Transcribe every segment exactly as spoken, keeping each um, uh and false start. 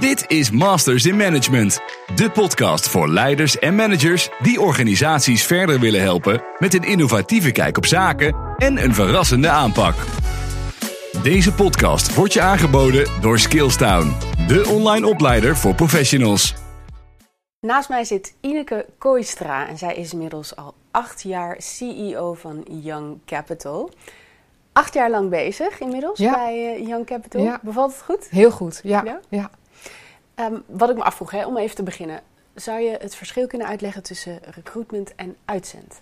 Dit is Masters in Management, de podcast voor leiders en managers die organisaties verder willen helpen met een innovatieve kijk op zaken en een verrassende aanpak. Deze podcast wordt je aangeboden door Skillstown, de online opleider voor professionals. Naast mij zit Ineke Kooistra en zij is inmiddels al acht jaar C E O van Young Capital. Acht jaar lang bezig inmiddels ja. bij uh, Young Capital. Ja. Bevalt het goed? Heel goed, ja. ja? ja. Um, wat ik me afvroeg, hè, om even te beginnen. Zou je het verschil kunnen uitleggen tussen recruitment en uitzend?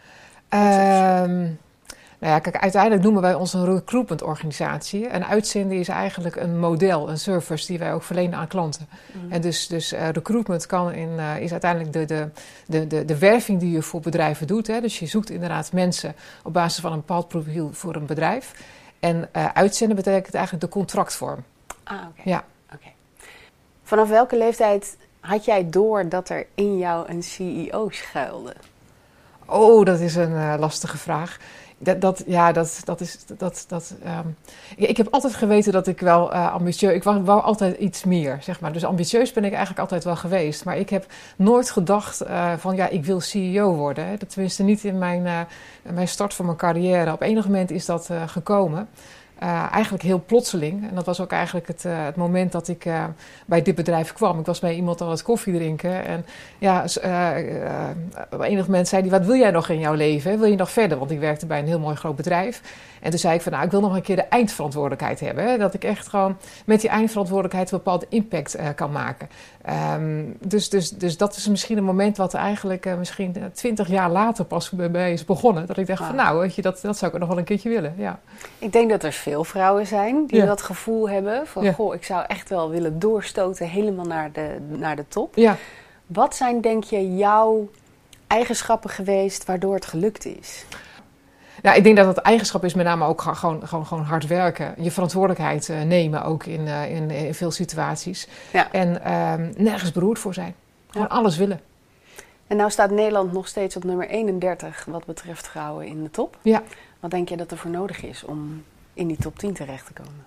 Um, nou ja, kijk, uiteindelijk noemen wij ons een recruitment organisatie. En uitzenden is eigenlijk een model, een service die wij ook verlenen aan klanten. Mm. En dus, dus uh, recruitment kan in, uh, is uiteindelijk de, de, de, de, de werving die je voor bedrijven doet. Hè. Dus je zoekt inderdaad mensen op basis van een bepaald profiel voor een bedrijf. En uh, uitzenden betekent eigenlijk de contractvorm. Ah, oké. Okay. Ja. Okay. Vanaf welke leeftijd had jij door dat er in jou een C E O schuilde? Oh, dat is een uh, lastige vraag. Dat, dat, ja, dat, dat is... Dat, dat, um, ja, ik heb altijd geweten dat ik wel uh, ambitieus... Ik wou, wou altijd iets meer, zeg maar. Dus ambitieus ben ik eigenlijk altijd wel geweest. Maar ik heb nooit gedacht uh, van, ja, ik wil C E O worden. Hè. Dat, tenminste niet in mijn, uh, mijn start van mijn carrière. Op enig moment is dat uh, gekomen. Uh, eigenlijk heel plotseling. En dat was ook eigenlijk het, uh, het moment dat ik uh, bij dit bedrijf kwam. Ik was bij iemand aan het koffie drinken. En ja, uh, uh, op enig moment zei hij, wat wil jij nog in jouw leven? Wil je nog verder? Want ik werkte bij een heel mooi groot bedrijf. En toen zei ik van, nou, ik wil nog een keer de eindverantwoordelijkheid hebben. Hè? Dat ik echt gewoon met die eindverantwoordelijkheid een bepaalde impact uh, kan maken. Um, dus, dus, dus dat is misschien een moment wat eigenlijk uh, misschien twintig jaar later pas bij mij is begonnen. Dat ik dacht wow. van, nou, weet je, dat, dat zou ik nog wel een keertje willen. Ja. Ik denk dat er veel vrouwen zijn die ja. dat gevoel hebben van, ja. goh, ik zou echt wel willen doorstoten helemaal naar de, naar de top. Ja. Wat zijn, denk je, jouw eigenschappen geweest waardoor het gelukt is? Nou, ik denk dat het eigenschap is met name ook gewoon, gewoon, gewoon hard werken. Je verantwoordelijkheid uh, nemen ook in, uh, in, in veel situaties. Ja. En um, nergens beroerd voor zijn. Gewoon ja. alles willen. En nou staat Nederland nog steeds op nummer eenendertig wat betreft vrouwen in de top. Ja. Wat denk je dat er voor nodig is om in die top tien terecht te komen?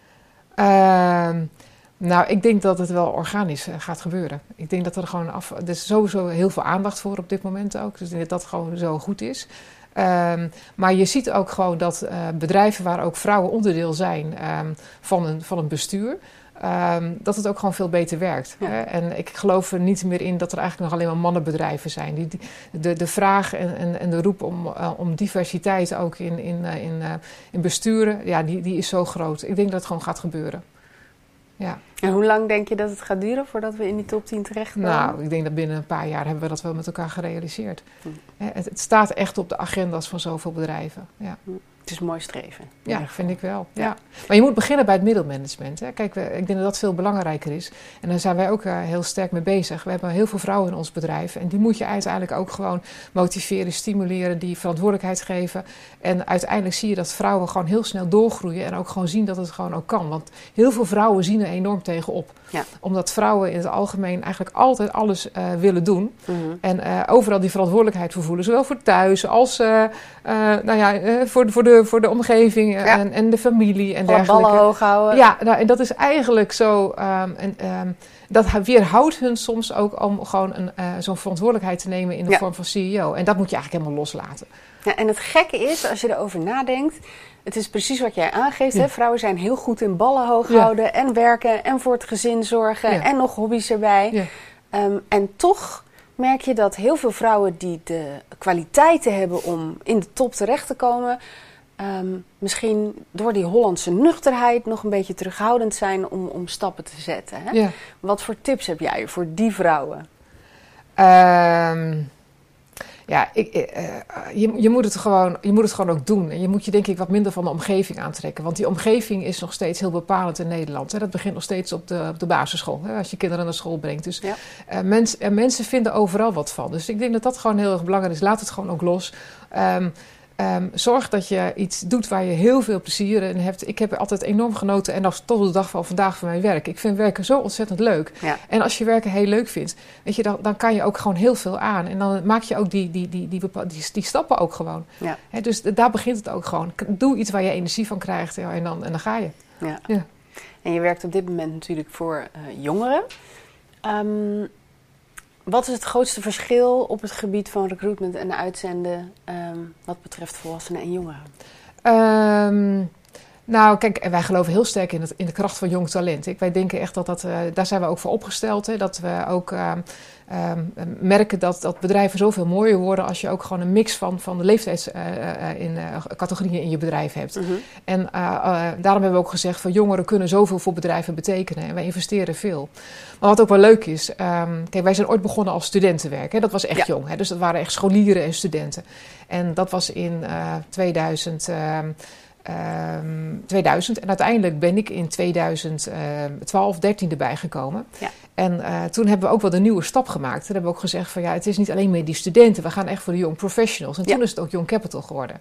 Uh, nou, ik denk dat het wel organisch uh, gaat gebeuren. Ik denk dat er gewoon af... Er is sowieso heel veel aandacht voor op dit moment ook. Dus ik denk dat dat gewoon zo goed is. Um, maar je ziet ook gewoon dat uh, bedrijven waar ook vrouwen onderdeel zijn um, van, een, van een bestuur... Um, dat het ook gewoon veel beter werkt. Ja. Hè? En ik geloof er niet meer in dat er eigenlijk nog alleen maar mannenbedrijven zijn. Die, die, de, de vraag en, en, en de roep om, uh, om diversiteit ook in, in, uh, in, uh, in besturen, ja, die, die is zo groot. Ik denk dat het gewoon gaat gebeuren. Ja. En hoe lang denk je dat het gaat duren voordat we in die top tien terechtkomen? Nou, ik denk dat binnen een paar jaar hebben we dat wel met elkaar gerealiseerd. Hm. Het, het staat echt op de agenda's van zoveel bedrijven. Ja. Hm. Het is mooi streven. Ja, vind ik wel. Ja. Ja. Maar je moet beginnen bij het middelmanagement. Hè. Kijk, we, ik denk dat dat veel belangrijker is. En daar zijn wij ook uh, heel sterk mee bezig. We hebben heel veel vrouwen in ons bedrijf. En die moet je uiteindelijk ook gewoon motiveren, stimuleren, die verantwoordelijkheid geven. En uiteindelijk zie je dat vrouwen gewoon heel snel doorgroeien. En ook gewoon zien dat het gewoon ook kan. Want heel veel vrouwen zien er enorm tegenop. Ja. Omdat vrouwen in het algemeen eigenlijk altijd alles uh, willen doen. Mm-hmm. En uh, overal die verantwoordelijkheid voor voelen. Zowel voor thuis als uh, uh, nou ja, uh, voor, voor de voor de omgeving ja. en, en de familie en dergelijke. Ballen hoog houden. Ja, nou, en dat is eigenlijk zo... Um, en, um, dat weerhoudt hun soms ook om gewoon een, uh, zo'n verantwoordelijkheid te nemen in de ja. vorm van C E O. En dat moet je eigenlijk helemaal loslaten. Ja, en het gekke is, als je erover nadenkt... Het is precies wat jij aangeeft. Ja. Hè? Vrouwen zijn heel goed in ballen hoog houden... Ja. en werken en voor het gezin zorgen... Ja. en nog hobby's erbij. Ja. Um, en toch... merk je dat heel veel vrouwen die de kwaliteiten hebben om in de top terecht te komen... Um, misschien door die Hollandse nuchterheid nog een beetje terughoudend zijn om, om stappen te zetten. Hè? Ja. Wat voor tips heb jij voor die vrouwen? Um, ja, ik, uh, je, je, moet het gewoon, je moet het gewoon ook doen. En je moet je denk ik wat minder van de omgeving aantrekken. Want die omgeving is nog steeds heel bepalend in Nederland. Hè? Dat begint nog steeds op de, op de basisschool. Hè? Als je kinderen naar school brengt. Dus ja. uh, mens, uh, mensen vinden overal wat van. Dus ik denk dat dat gewoon heel erg belangrijk is. Laat het gewoon ook los. Um, Um, zorg dat je iets doet waar je heel veel plezier in hebt. Ik heb altijd enorm genoten en nog tot de dag van vandaag van mijn werk. Ik vind werken zo ontzettend leuk. Ja. En als je werken heel leuk vindt, weet je, dan, dan kan je ook gewoon heel veel aan. En dan maak je ook die, die, die, die, die, die stappen ook gewoon. Ja. He, dus daar begint het ook gewoon. Doe iets waar je energie van krijgt ja, en, dan, en dan ga je. Ja. Ja. En je werkt op dit moment natuurlijk voor uh, jongeren. Um, wat is het grootste verschil op het gebied van recruitment en uitzenden um, wat betreft volwassenen en jongeren? Um, nou, kijk, wij geloven heel sterk in, het, in de kracht van jong talent. Ik, wij denken echt dat dat, uh, daar zijn we ook voor opgesteld. Hè, dat we ook uh, um, merken dat, dat bedrijven zoveel mooier worden als je ook gewoon een mix van, van de leeftijdscategorieën uh, uh, in je bedrijf hebt. Mm-hmm. En uh, uh, daarom hebben we ook gezegd van jongeren kunnen zoveel voor bedrijven betekenen. En wij investeren veel. Maar wat ook wel leuk is, um, kijk, wij zijn ooit begonnen als studentenwerk. Hè, dat was echt ja. jong. Hè, dus dat waren echt scholieren en studenten. En dat was in uh, tweeduizend... Uh, Um, tweeduizend. En uiteindelijk ben ik in tweeduizend twaalf, dertien erbij gekomen. Ja. En uh, toen hebben we ook wel een nieuwe stap gemaakt. Toen hebben we ook gezegd van ja, het is niet alleen meer die studenten. We gaan echt voor de young professionals. En ja. toen is het ook Young Capital geworden.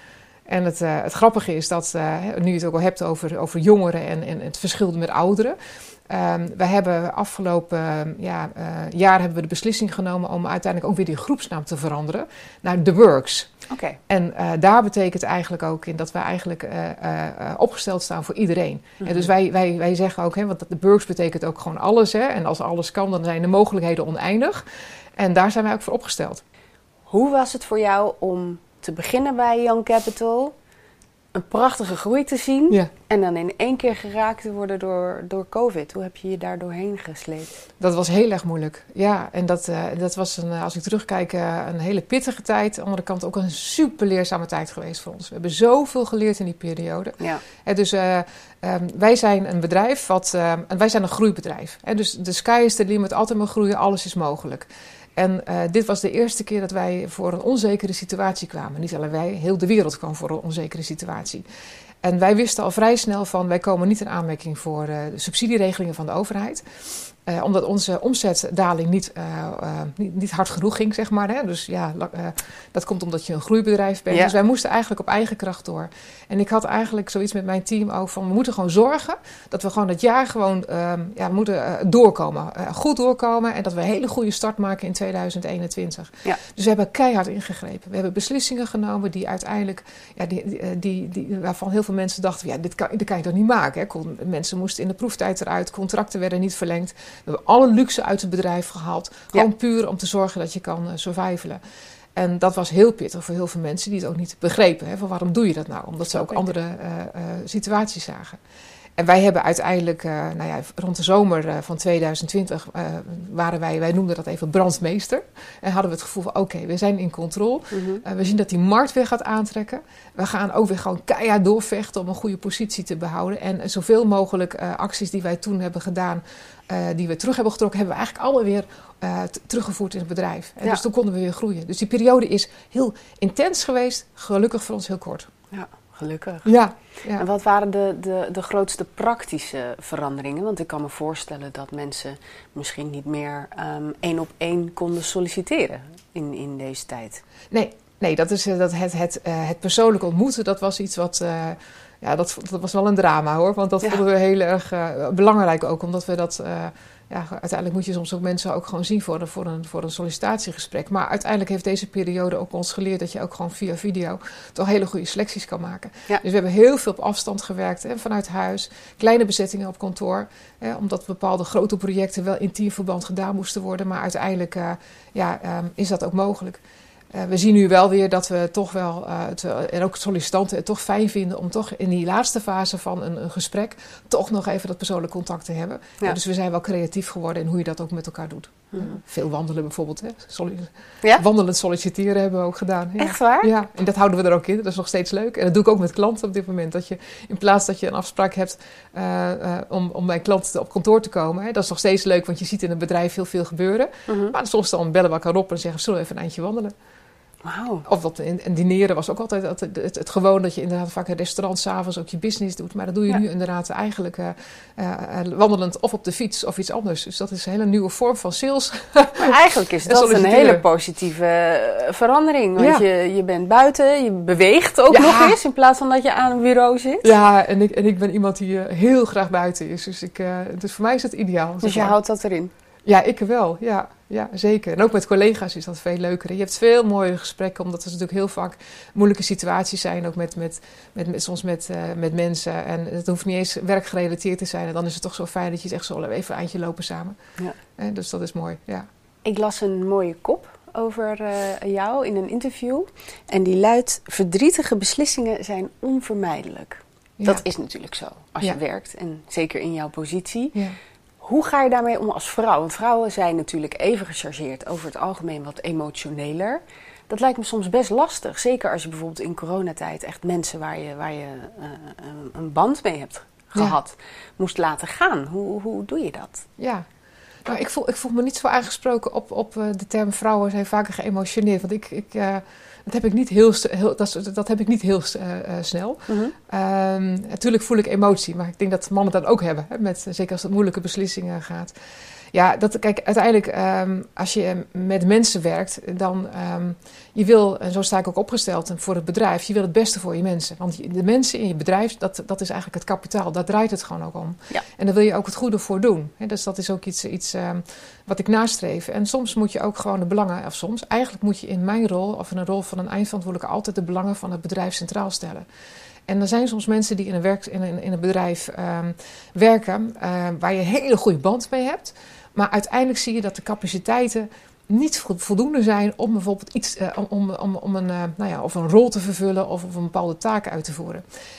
En het, uh, het grappige is dat, uh, nu je het ook al hebt over, over jongeren en, en het verschil met ouderen. Um, we hebben afgelopen uh, ja, uh, jaar hebben we de beslissing genomen om uiteindelijk ook weer die groepsnaam te veranderen naar The Works. Okay. En uh, daar betekent eigenlijk ook in dat we eigenlijk uh, uh, opgesteld staan voor iedereen. Mm-hmm. En dus wij, wij, wij zeggen ook, hè, want The Works betekent ook gewoon alles. Hè, en als alles kan, dan zijn de mogelijkheden oneindig. En daar zijn wij ook voor opgesteld. Hoe was het voor jou om te beginnen bij Young Capital, een prachtige groei te zien ja. en dan in één keer geraakt te worden door, door COVID? Hoe heb je je daar doorheen gesleept? Dat was heel erg moeilijk. Ja, en dat, uh, dat was, een, als ik terugkijk, uh, een hele pittige tijd. Aan de andere kant ook een super leerzame tijd geweest voor ons. We hebben zoveel geleerd in die periode. Ja. En dus uh, um, wij zijn een bedrijf, wat, uh, en wij zijn een groeibedrijf. En dus de sky is the limit, altijd maar groeien, alles is mogelijk. En uh, dit was de eerste keer dat wij voor een onzekere situatie kwamen. Niet alleen wij, heel de wereld kwam voor een onzekere situatie. En wij wisten al vrij snel van, wij komen niet in aanmerking voor uh, de subsidieregelingen van de overheid. Uh, omdat onze omzetdaling niet, uh, uh, niet, niet hard genoeg ging, zeg maar. Hè? Dus ja, uh, dat komt omdat je een groeibedrijf bent. Ja. Dus wij moesten eigenlijk op eigen kracht door. En ik had eigenlijk zoiets met mijn team ook van, we moeten gewoon zorgen dat we gewoon het jaar gewoon, uh, ja, we moeten uh, doorkomen. Uh, goed doorkomen en dat we een hele goede start maken in tweeduizend eenentwintig. Ja. Dus we hebben keihard ingegrepen. We hebben beslissingen genomen die uiteindelijk, ja, die, die, die, die, waarvan heel veel mensen dachten, ja, dit kan, dit kan je toch niet maken. Hè? Mensen moesten in de proeftijd eruit, contracten werden niet verlengd. We hebben alle luxe uit het bedrijf gehaald. Gewoon ja. puur om te zorgen dat je kan uh, survivalen. En dat was heel pittig voor heel veel mensen die het ook niet begrepen. Hè, van waarom doe je dat nou? Omdat ze ook andere uh, uh, situaties zagen. En wij hebben uiteindelijk, uh, nou ja, rond de zomer uh, van tweeduizend twintig uh, waren wij, wij noemden dat even brandmeester. En hadden we het gevoel van, oké, okay, we zijn in controle. Mm-hmm. Uh, we zien dat die markt weer gaat aantrekken. We gaan ook weer gewoon keihard doorvechten om een goede positie te behouden. En uh, zoveel mogelijk uh, acties die wij toen hebben gedaan, uh, die we terug hebben getrokken, hebben we eigenlijk alle weer uh, t- teruggevoerd in het bedrijf. En ja. Dus toen konden we weer groeien. Dus die periode is heel intens geweest, gelukkig voor ons heel kort. Ja. Gelukkig. Ja, ja. En wat waren de, de, de grootste praktische veranderingen? Want ik kan me voorstellen dat mensen misschien niet meer um, één op één konden solliciteren in, in deze tijd. Nee, nee dat is, dat het, het, uh, het persoonlijk ontmoeten, dat was iets wat... Uh, ja, dat, dat was wel een drama hoor. Want dat ja. vonden we heel erg uh, belangrijk ook. Omdat we dat... Uh, Ja, uiteindelijk moet je soms ook mensen ook gewoon zien voor een, voor, een, voor een sollicitatiegesprek. Maar uiteindelijk heeft deze periode ook ons geleerd dat je ook gewoon via video toch hele goede selecties kan maken. Ja. Dus we hebben heel veel op afstand gewerkt, hè, vanuit huis. Kleine bezettingen op kantoor. Hè, omdat bepaalde grote projecten wel in teamverband gedaan moesten worden. Maar uiteindelijk uh, ja, um, is dat ook mogelijk. Uh, we zien nu wel weer dat we toch wel, uh, het, en ook sollicitanten het toch fijn vinden om toch in die laatste fase van een, een gesprek toch nog even dat persoonlijk contact te hebben. Ja. Uh, dus we zijn wel creatief geworden in hoe je dat ook met elkaar doet. Mm-hmm. Uh, veel wandelen bijvoorbeeld. Hè. Solli- ja? Wandelend solliciteren hebben we ook gedaan. Ja. Echt waar? Ja, en dat houden we er ook in. Dat is nog steeds leuk. En dat doe ik ook met klanten op dit moment. Dat je in plaats dat je een afspraak hebt uh, uh, om, om bij klanten op kantoor te komen. Hè. Dat is nog steeds leuk, want je ziet in een bedrijf heel veel gebeuren. Mm-hmm. Maar soms dan bellen we elkaar op en zeggen, zullen we even een eindje wandelen? Wow. Of dat in, en dineren was ook altijd het, het, het, het gewoon dat je inderdaad vaak een restaurant 's avonds ook je business doet. Maar dat doe je ja. nu inderdaad eigenlijk uh, uh, wandelend of op de fiets of iets anders. Dus dat is een hele nieuwe vorm van sales. Maar eigenlijk is dat een hele positieve verandering. Want ja. je, je bent buiten, je beweegt ook ja. nog eens in plaats van dat je aan een bureau zit. Ja, en ik, en ik ben iemand die uh, heel graag buiten is. Dus, ik, uh, dus voor mij is het ideaal. Dus je houdt dat erin? Ja, ik wel, ja. ja, zeker. En ook met collega's is dat veel leuker. Je hebt veel mooie gesprekken, omdat er natuurlijk heel vaak moeilijke situaties zijn. Ook met, met, met, met, soms met, uh, met mensen. En het hoeft niet eens werkgerelateerd te zijn. En dan is het toch zo fijn dat je zegt, zo even een eindje lopen samen. Ja. En dus dat is mooi, ja. Ik las een mooie kop over uh, jou in een interview. En die luidt, verdrietige beslissingen zijn onvermijdelijk. Ja. Dat is natuurlijk zo, als ja. je werkt. En zeker in jouw positie. Ja. Hoe ga je daarmee om als vrouw? Want vrouwen zijn natuurlijk even gechargeerd, over het algemeen wat emotioneler. Dat lijkt me soms best lastig. Zeker als je bijvoorbeeld in coronatijd echt mensen waar je, waar je uh, een band mee hebt gehad, ja. moest laten gaan. Hoe, hoe doe je dat? Ja, nou, ik, voel, ik voel me niet zo aangesproken op, op uh, de term vrouwen zijn vaker geëmotioneerd. Want ik... ik uh, Dat heb ik niet heel, heel, dat, dat heb ik niet heel uh, snel. Mm-hmm. Um, natuurlijk voel ik emotie, maar ik denk dat mannen dat ook hebben. Hè, met, zeker als het moeilijke beslissingen gaat. Ja, dat, kijk, uiteindelijk um, als je met mensen werkt, dan um, je wil, en zo sta ik ook opgesteld voor het bedrijf, je wil het beste voor je mensen. Want de mensen in je bedrijf, dat, dat is eigenlijk het kapitaal. Daar draait het gewoon ook om. Ja. En daar wil je ook het goede voor doen. Hè, dus dat is ook iets, iets um, wat ik nastreef. En soms moet je ook gewoon de belangen, of soms, eigenlijk moet je in mijn rol, of in een rol van een eindverantwoordelijke, altijd de belangen van het bedrijf centraal stellen. En er zijn soms mensen die in een, werk, in een, in een bedrijf um, werken, uh, waar je een hele goede band mee hebt. Maar uiteindelijk zie je dat de capaciteiten niet voldoende zijn om bijvoorbeeld iets, uh, om, om, om een, uh, nou ja, of een rol te vervullen of, of een bepaalde taak uit te voeren.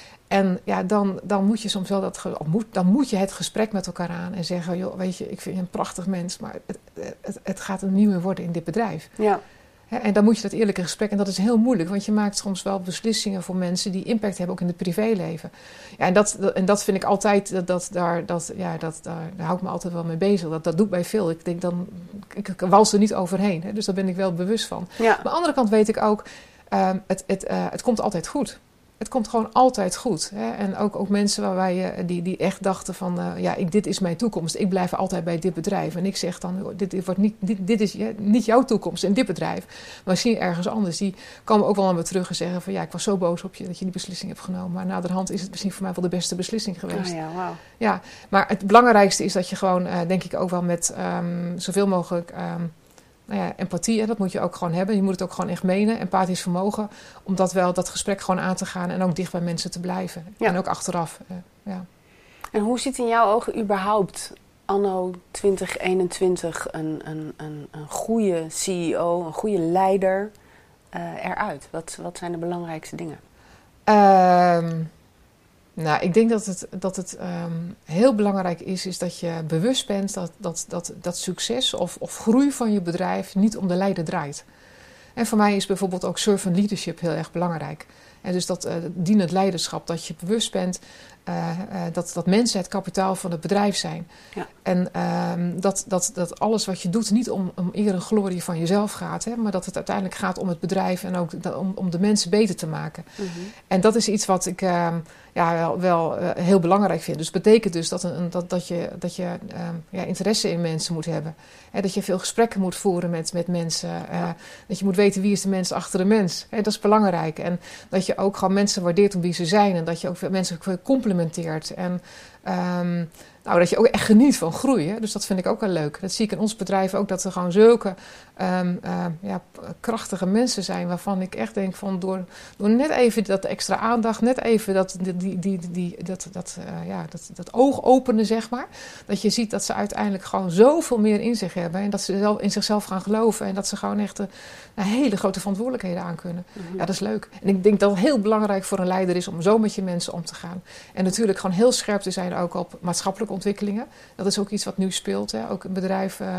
En ja, dan, dan moet je soms wel dat, of moet, dan moet je het gesprek met elkaar aan en zeggen, joh, weet je, ik vind je een prachtig mens, maar het, het, het gaat er niet meer worden in dit bedrijf. Ja. He, en dan moet je dat eerlijke gesprek, en dat is heel moeilijk, want je maakt soms wel beslissingen voor mensen die impact hebben, ook in het privéleven. Ja, en, dat, en dat vind ik altijd, dat, dat, daar, dat, ja, dat, daar, daar hou ik me altijd wel mee bezig. Dat, dat doet mij veel. Ik denk dan, ik, ik wals er niet overheen, hè, dus daar ben ik wel bewust van. Ja. Maar aan de andere kant weet ik ook, uh, het, het, uh, het komt altijd goed. Het komt gewoon altijd goed. Hè? En ook, ook mensen waarbij je, die, die echt dachten van, uh, ja, ik, dit is mijn toekomst. Ik blijf altijd bij dit bedrijf. En ik zeg dan, dit, dit, wordt niet, dit, dit is ja, niet jouw toekomst in dit bedrijf. Maar misschien ergens anders. Die komen ook wel aan me terug en zeggen van, ja, ik was zo boos op je dat je die beslissing hebt genomen. Maar naderhand is het misschien voor mij wel de beste beslissing geweest. Oh ja, wow. Ja, maar het belangrijkste is dat je gewoon, uh, denk ik ook wel met um, zoveel mogelijk... Um, Nou ja, empathie, en dat moet je ook gewoon hebben. Je moet het ook gewoon echt menen, empathisch vermogen. Om dat wel, dat gesprek gewoon aan te gaan en ook dicht bij mensen te blijven. Ja. En ook achteraf. Uh, ja. En hoe ziet in jouw ogen überhaupt anno twintig eenentwintig een, een, een, een goede C E O, een goede leider uh, eruit? Wat, wat zijn de belangrijkste dingen? Um, Nou, ik denk dat het, dat het um, heel belangrijk is, is dat je bewust bent dat, dat, dat, dat succes of, of groei van je bedrijf niet om de leider draait. En voor mij is bijvoorbeeld ook servant leadership heel erg belangrijk. En dus dat uh, dienend leiderschap, dat je bewust bent uh, uh, dat, dat mensen het kapitaal van het bedrijf zijn. Ja. En uh, dat, dat, dat alles wat je doet niet om, om eer en glorie van jezelf gaat, hè, maar dat het uiteindelijk gaat om het bedrijf en ook de, om, om de mensen beter te maken. Mm-hmm. En dat is iets wat ik uh, ja, wel, wel uh, heel belangrijk vind. Dus dat betekent dus dat, een, dat, dat je, dat je uh, ja, interesse in mensen moet hebben. Hè, dat je veel gesprekken moet voeren met, met mensen. Uh, ja. Dat je moet weten wie is de mens achter de mens. Hè, dat is belangrijk. En dat je ook gewoon mensen waardeert om wie ze zijn. En dat je ook mensen complimenteert. En um, nou, dat je ook echt geniet van groeien. Dus dat vind ik ook wel leuk. Dat zie ik in ons bedrijf ook. Dat er gewoon zulke um, uh, ja, krachtige mensen zijn. Waarvan ik echt denk van door, door net even dat extra aandacht. Net even dat, die, die, die, die, dat, dat, uh, ja, dat, dat oog openen, zeg maar. Dat je ziet dat ze uiteindelijk gewoon zoveel meer in zich hebben. En dat ze zelf, in zichzelf gaan geloven. En dat ze gewoon echt een, een hele grote verantwoordelijkheden aan kunnen. Mm-hmm. Ja, dat is leuk. En ik denk dat het heel belangrijk voor een leider is om zo met je mensen om te gaan. En natuurlijk gewoon heel scherp te zijn ook op maatschappelijke ontwikkelingen. Dat is ook iets wat nu speelt. Hè. Ook een bedrijf uh,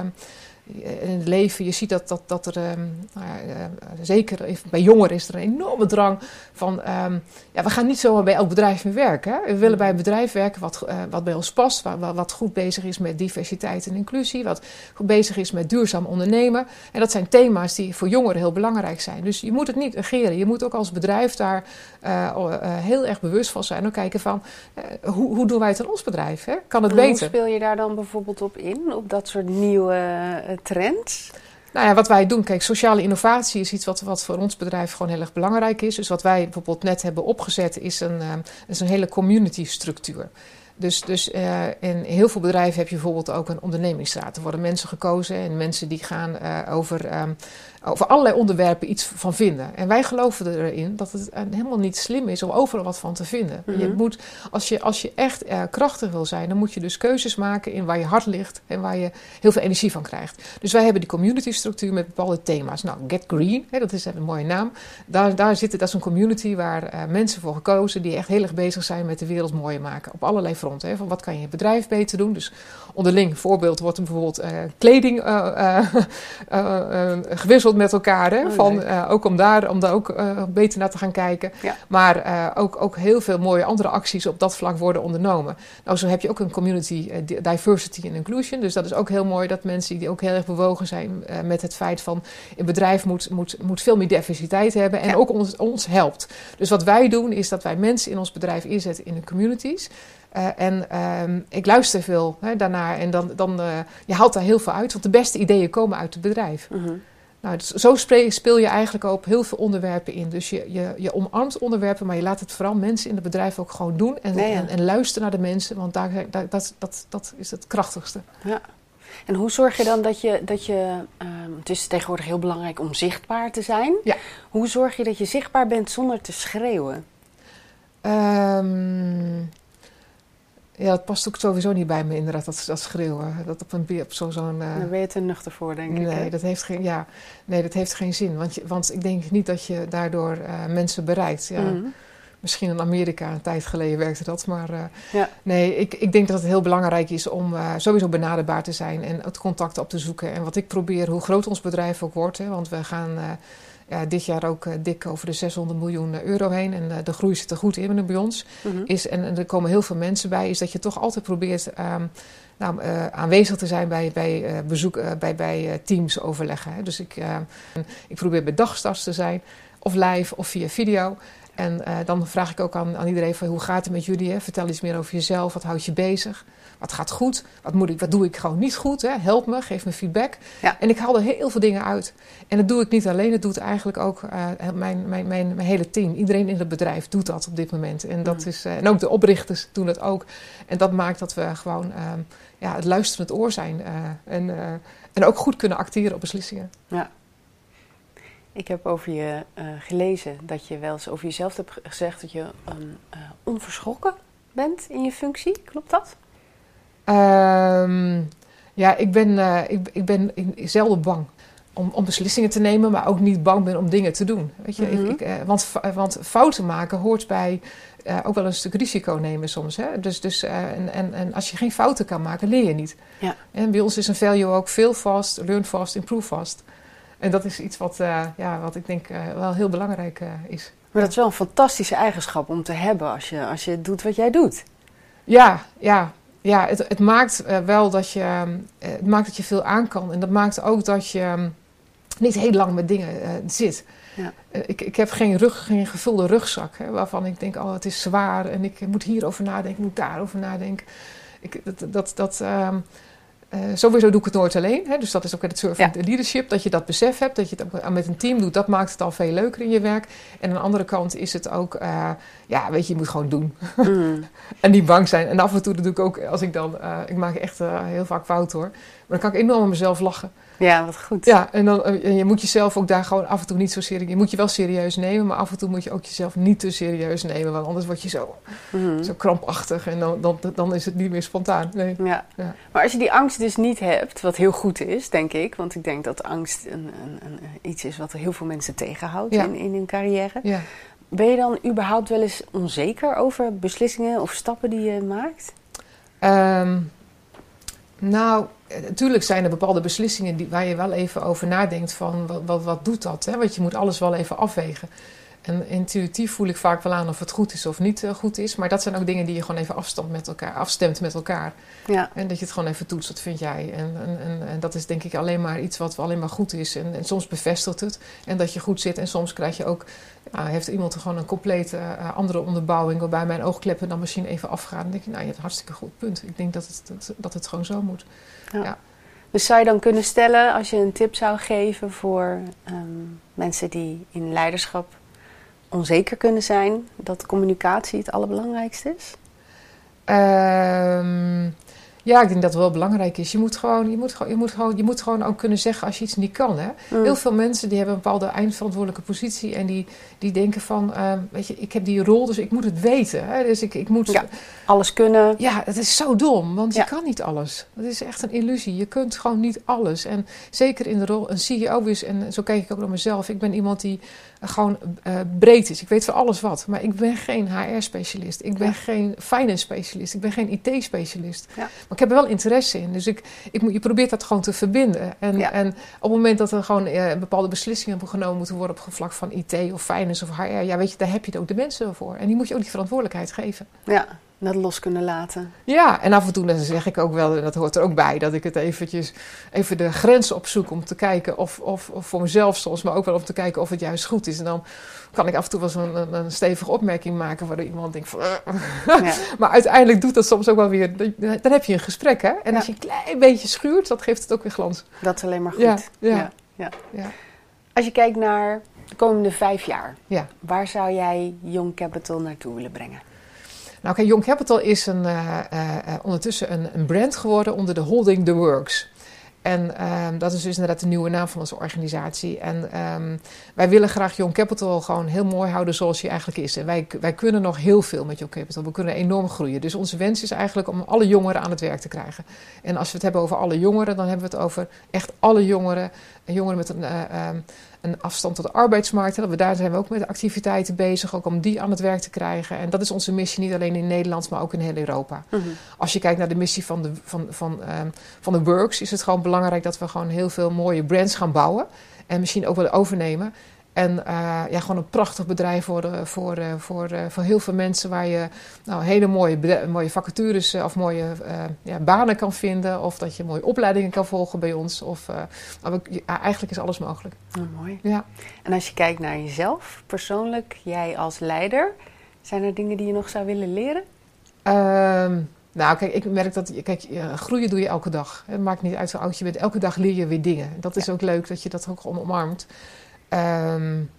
in het leven. Je ziet dat, dat, dat er, um, nou ja, uh, zeker bij jongeren is er een enorme drang van, um, ja, we gaan niet zomaar bij elk bedrijf meer werken. Hè. We willen bij een bedrijf werken wat, uh, wat bij ons past, wat, wat goed bezig is met diversiteit en inclusie, wat goed bezig is met duurzaam ondernemen. En dat zijn thema's die voor jongeren heel belangrijk zijn. Dus je moet het niet negeren. Je moet ook als bedrijf daar uh, uh, heel erg bewust van zijn. En kijken van, uh, hoe, hoe doen wij het in ons bedrijf? Hè? Kan het en beter? Hoe speel je daar dan bijvoorbeeld op in? Op dat soort nieuwe uh, trends? Nou ja, wat wij doen, kijk, sociale innovatie is iets wat, wat voor ons bedrijf gewoon heel erg belangrijk is. Dus wat wij bijvoorbeeld net hebben opgezet is een, uh, is een hele community structuur. Dus, dus uh, in heel veel bedrijven heb je bijvoorbeeld ook een ondernemingsraad. Er worden mensen gekozen en mensen die gaan uh, over, um, over allerlei onderwerpen iets van vinden. En wij geloven erin dat het uh, helemaal niet slim is om overal wat van te vinden. Mm-hmm. Je moet, als, je, als je echt uh, krachtig wil zijn, dan moet je dus keuzes maken in waar je hart ligt en waar je heel veel energie van krijgt. Dus wij hebben die community structuur met bepaalde thema's. Nou, Get Green, hè, dat is een mooie naam. Daar, daar zitten, dat is een community waar uh, mensen voor gekozen die echt heel erg bezig zijn met de wereld mooier maken. Op allerlei fronten. Hè, van wat kan je in je bedrijf beter doen? Dus onderling voorbeeld wordt er bijvoorbeeld uh, kleding uh, uh, uh, uh, gewisseld met elkaar. Hè, oh, van, uh, ook om daar, om daar ook uh, beter naar te gaan kijken. Ja. Maar uh, ook, ook heel veel mooie andere acties op dat vlak worden ondernomen. Nou, zo heb je ook een community uh, diversity and inclusion. Dus dat is ook heel mooi dat mensen die ook heel erg bewogen zijn uh, met het feit van een bedrijf moet, moet, moet veel meer diversiteit hebben en ja. ook ons, ons helpt. Dus wat wij doen is dat wij mensen in ons bedrijf inzetten in de communities. Uh, en uh, ik luister veel hè, daarnaar en dan, dan uh, je haalt daar heel veel uit, want de beste ideeën komen uit het bedrijf. Mm-hmm. Nou, dus zo speel je eigenlijk op heel veel onderwerpen in. Dus je, je, je omarmt onderwerpen, maar je laat het vooral mensen in het bedrijf ook gewoon doen en, nee, ja. en, en luister naar de mensen, want daar, daar, dat, dat, dat is het krachtigste. Ja. En hoe zorg je dan dat je, dat je um, het is tegenwoordig heel belangrijk om zichtbaar te zijn. Ja. Hoe zorg je dat je zichtbaar bent zonder te schreeuwen? Um, ja, dat past ook sowieso niet bij me inderdaad, dat, dat schreeuwen. Dat op, een, op zo, zo'n... Uh, Daar ben je te nuchter voor, denk nee, ik. Nee, dat heeft geen, ja, nee, dat heeft geen zin. Want, je, want ik denk niet dat je daardoor uh, mensen bereikt. Ja. Mm-hmm. Misschien in Amerika, een tijd geleden werkte dat. Maar uh, ja. nee, ik, ik denk dat het heel belangrijk is om uh, sowieso benaderbaar te zijn en het contact op te zoeken. En wat ik probeer, hoe groot ons bedrijf ook wordt, hè, want we gaan uh, ja, dit jaar ook uh, dik over de zeshonderd miljoen euro heen. En uh, de groei zit er goed in bij ons. Mm-hmm. Is, en, en er komen heel veel mensen bij, is dat je toch altijd probeert um, nou, uh, aanwezig te zijn bij, bij uh, bezoek, uh, bij, bij uh, teams overleggen. Hè. Dus ik, uh, ik probeer bij dagstarts te zijn, of live of via video. En uh, dan vraag ik ook aan, aan iedereen van hoe gaat het met jullie? Hè? Vertel iets meer over jezelf. Wat houdt je bezig? Wat gaat goed? Wat, moet ik, wat doe ik gewoon niet goed? Hè? Help me, geef me feedback. Ja. En ik haal er heel veel dingen uit. En dat doe ik niet alleen. Dat doet eigenlijk ook uh, mijn, mijn, mijn, mijn hele team. Iedereen in het bedrijf doet dat op dit moment. En, dat mm. is, uh, en ook de oprichters doen dat ook. En dat maakt dat we gewoon uh, ja, het luisterend oor zijn. Uh, en, uh, en ook goed kunnen acteren op beslissingen. Ja. Ik heb over je uh, gelezen dat je wel eens over jezelf hebt gezegd dat je um, uh, onverschrokken bent in je functie. Klopt dat? Um, ja, ik ben, uh, ik, ik ben zelden bang om, om beslissingen te nemen, maar ook niet bang ben om dingen te doen. Weet je? Mm-hmm. ik, ik, uh, want, want fouten maken hoort bij uh, ook wel een stuk risico nemen soms. Hè? Dus, dus, uh, en, en, en als je geen fouten kan maken, leer je niet. Ja. En bij ons is een value ook fail fast, learn fast, improve fast. En dat is iets wat, uh, ja, wat ik denk uh, wel heel belangrijk uh, is. Maar dat is wel een fantastische eigenschap om te hebben als je, als je doet wat jij doet. Ja, ja, ja het, het maakt uh, wel dat je, uh, het maakt dat je veel aan kan. En dat maakt ook dat je um, niet heel lang met dingen uh, zit. Ja. Uh, ik, ik heb geen, rug, geen gevulde rugzak, hè, waarvan ik denk, oh, het is zwaar. En ik moet hierover nadenken, ik moet daarover nadenken. Ik, dat... dat, dat um, Uh, sowieso doe ik het nooit alleen. Hè? Dus dat is ook het servant ja. leadership. Dat je dat besef hebt. Dat je het ook met een team doet. Dat maakt het al veel leuker in je werk. En aan de andere kant is het ook... Uh, ja, weet je, je moet gewoon doen. Mm. En niet bang zijn. En af en toe dat doe ik ook als ik dan... Uh, ik maak echt uh, heel vaak fouten hoor. Maar dan kan ik enorm aan mezelf lachen. Ja, wat goed. Ja, en dan, uh, je moet jezelf ook daar gewoon af en toe niet zo serieus... Je moet je wel serieus nemen. Maar af en toe moet je ook jezelf niet te serieus nemen. Want anders word je zo, mm. zo krampachtig. En dan, dan, dan is het niet meer spontaan. Nee. Ja. Ja. Maar als je die angst dus niet hebt... Wat heel goed is, denk ik. Want ik denk dat angst een, een, een, iets is... wat heel veel mensen tegenhoudt ja. in, in hun carrière. Ja. Ben je dan überhaupt wel eens onzeker over beslissingen of stappen die je maakt? Um, nou, natuurlijk zijn er bepaalde beslissingen die, waar je wel even over nadenkt van wat, wat, wat doet dat? Hè? Want je moet alles wel even afwegen. En intuïtief voel ik vaak wel aan of het goed is of niet uh, goed is. Maar dat zijn ook dingen die je gewoon even afstemt met elkaar. Afstemt met elkaar. Ja. En dat je het gewoon even toetst, wat vind jij? En, en, en, en dat is denk ik alleen maar iets wat alleen maar goed is. En, en soms bevestigt het. En dat je goed zit. En soms krijg je ook... Ja, heeft iemand er gewoon een complete uh, andere onderbouwing... waarbij mijn oogkleppen dan misschien even afgaan. Dan denk je, nou, je hebt een hartstikke goed punt. Ik denk dat het, dat, dat het gewoon zo moet. Ja. Ja. Dus zou je dan kunnen stellen, als je een tip zou geven... voor um, mensen die in leiderschap onzeker kunnen zijn... dat communicatie het allerbelangrijkste is? Um, Ja, ik denk dat het wel belangrijk is. Je moet gewoon, je moet gewoon, je moet gewoon, je moet gewoon ook kunnen zeggen als je iets niet kan. Hè? Mm. Heel veel mensen die hebben een bepaalde eindverantwoordelijke positie en die, die denken van, uh, weet je, ik heb die rol, dus ik moet het weten. Hè? Dus ik, ik moet ja, alles kunnen. Ja, het is zo dom, want ja. je kan niet alles. Dat is echt een illusie. Je kunt gewoon niet alles. En zeker in de rol, een C E O is, en zo kijk ik ook naar mezelf. Ik ben iemand die uh, gewoon uh, breed is. Ik weet van alles wat, maar ik ben geen H R-specialist. Ik ben ja. geen finance-specialist. Ik ben geen I T-specialist. Ja. Maar ik heb er wel interesse in. Dus ik, ik, je probeert dat gewoon te verbinden. En, ja. en op het moment dat er gewoon uh, bepaalde beslissingen genomen moeten worden op het vlak van I T of finance of H R, ja, weet je, daar heb je ook de mensen voor. En die moet je ook die verantwoordelijkheid geven. Ja. Dat los kunnen laten. Ja, en af en toe dan zeg ik ook wel, en dat hoort er ook bij, dat ik het eventjes, even de grens opzoek om te kijken of, of, of voor mezelf soms, maar ook wel om te kijken of het juist goed is. En dan kan ik af en toe wel zo'n een, een stevige opmerking maken waardoor iemand denkt van... Ja. Maar uiteindelijk doet dat soms ook wel weer, dan heb je een gesprek, hè? En ja. als je een klein beetje schuurt, dat geeft het ook weer glans. Dat is alleen maar goed. Ja, ja. Ja, ja. Ja. Als je kijkt naar de komende vijf jaar, ja. waar zou jij Young Capital naartoe willen brengen? Nou, kijk, Young Capital is een, uh, uh, ondertussen een, een brand geworden onder de holding The Works. En uh, dat is dus inderdaad de nieuwe naam van onze organisatie. En um, wij willen graag Young Capital gewoon heel mooi houden zoals hij eigenlijk is. En wij, wij kunnen nog heel veel met Young Capital. We kunnen enorm groeien. Dus onze wens is eigenlijk om alle jongeren aan het werk te krijgen. En als we het hebben over alle jongeren, dan hebben we het over echt alle jongeren. Jongeren met een... Uh, um, een afstand tot de arbeidsmarkt. En daar zijn we ook met activiteiten bezig, ook om die aan het werk te krijgen. En dat is onze missie niet alleen in Nederland, maar ook in heel Europa. Uh-huh. Als je kijkt naar de missie van de, van, van, um, van de Works, is het gewoon belangrijk dat we gewoon heel veel mooie brands gaan bouwen. En misschien ook wel overnemen. En uh, ja, gewoon een prachtig bedrijf worden voor, uh, voor, uh, voor heel veel mensen waar je nou, hele mooie, bedrijf, mooie vacatures uh, of mooie uh, ja, banen kan vinden. Of dat je mooie opleidingen kan volgen bij ons. Of, uh, nou, we, ja, eigenlijk is alles mogelijk. Oh, mooi. Ja. En als je kijkt naar jezelf persoonlijk, jij als leider, zijn er dingen die je nog zou willen leren? Um, Nou, kijk, ik merk dat... Kijk, groeien doe je elke dag. Het maakt niet uit hoe oud je bent. Elke dag leer je weer dingen. Dat is ja. ook leuk dat je dat ook gewoon omarmt. Um,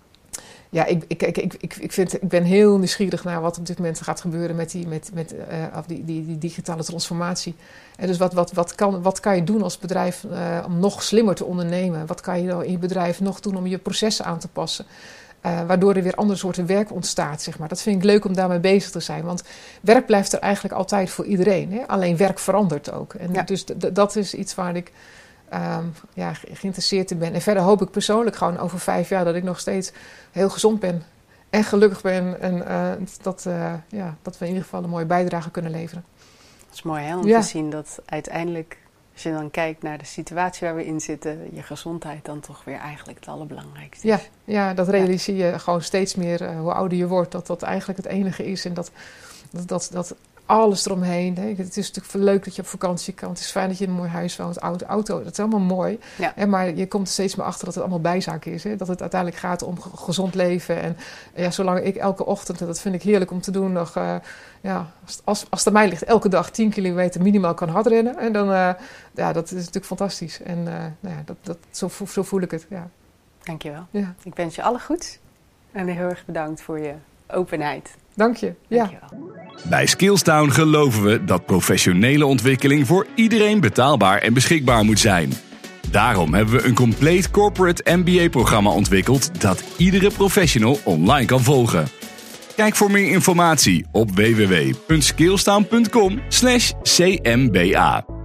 ja, ik, ik, ik, ik, ik, ik, vind, ik ben heel nieuwsgierig naar wat op dit moment gaat gebeuren met die, met, met, uh, die, die, die digitale transformatie. En dus wat, wat, wat, kan, wat kan je doen als bedrijf uh, om nog slimmer te ondernemen? Wat kan je in je bedrijf nog doen om je processen aan te passen? Uh, waardoor er weer andere soorten werk ontstaat, zeg maar. Dat vind ik leuk om daarmee bezig te zijn. Want werk blijft er eigenlijk altijd voor iedereen. Hè? Alleen werk verandert ook. En ja. dus d- dat is iets waar ik um, ja, geïnteresseerd in ben. En verder hoop ik persoonlijk gewoon over vijf jaar dat ik nog steeds heel gezond ben. En gelukkig ben. En uh, dat, uh, ja, dat we in ieder geval een mooie bijdrage kunnen leveren. Dat is mooi, hè? Om ja. te zien dat uiteindelijk... Als je dan kijkt naar de situatie waar we in zitten, je gezondheid dan toch weer eigenlijk het allerbelangrijkste is. Ja, ja dat realiseer je ja. gewoon steeds meer uh, hoe ouder je wordt, dat dat eigenlijk het enige is. En dat, dat, dat, dat alles eromheen. Hè. Het is natuurlijk leuk dat je op vakantie kan. Het is fijn dat je in een mooi huis woont, oude auto. Dat is allemaal mooi. Ja. Hè, maar je komt er steeds meer achter dat het allemaal bijzaak is. Hè. Dat het uiteindelijk gaat om gezond leven. En ja, zolang ik elke ochtend, en dat vind ik heerlijk om te doen, nog... Uh, Ja, als, als, als het aan mij ligt, elke dag tien kilometer minimaal kan hardrennen. En dan, uh, ja, dat is natuurlijk fantastisch. En uh, nou ja, dat, dat, zo, zo voel ik het, ja. Dankjewel. Ja. Ik wens je alle goeds. En heel erg bedankt voor je openheid. Dank je. Ja. Dankjewel. Bij Skillstown geloven we dat professionele ontwikkeling voor iedereen betaalbaar en beschikbaar moet zijn. Daarom hebben we een compleet corporate M B A-programma ontwikkeld dat iedere professional online kan volgen. Kijk voor meer informatie op w w w punt skillstown punt com slash c m b a.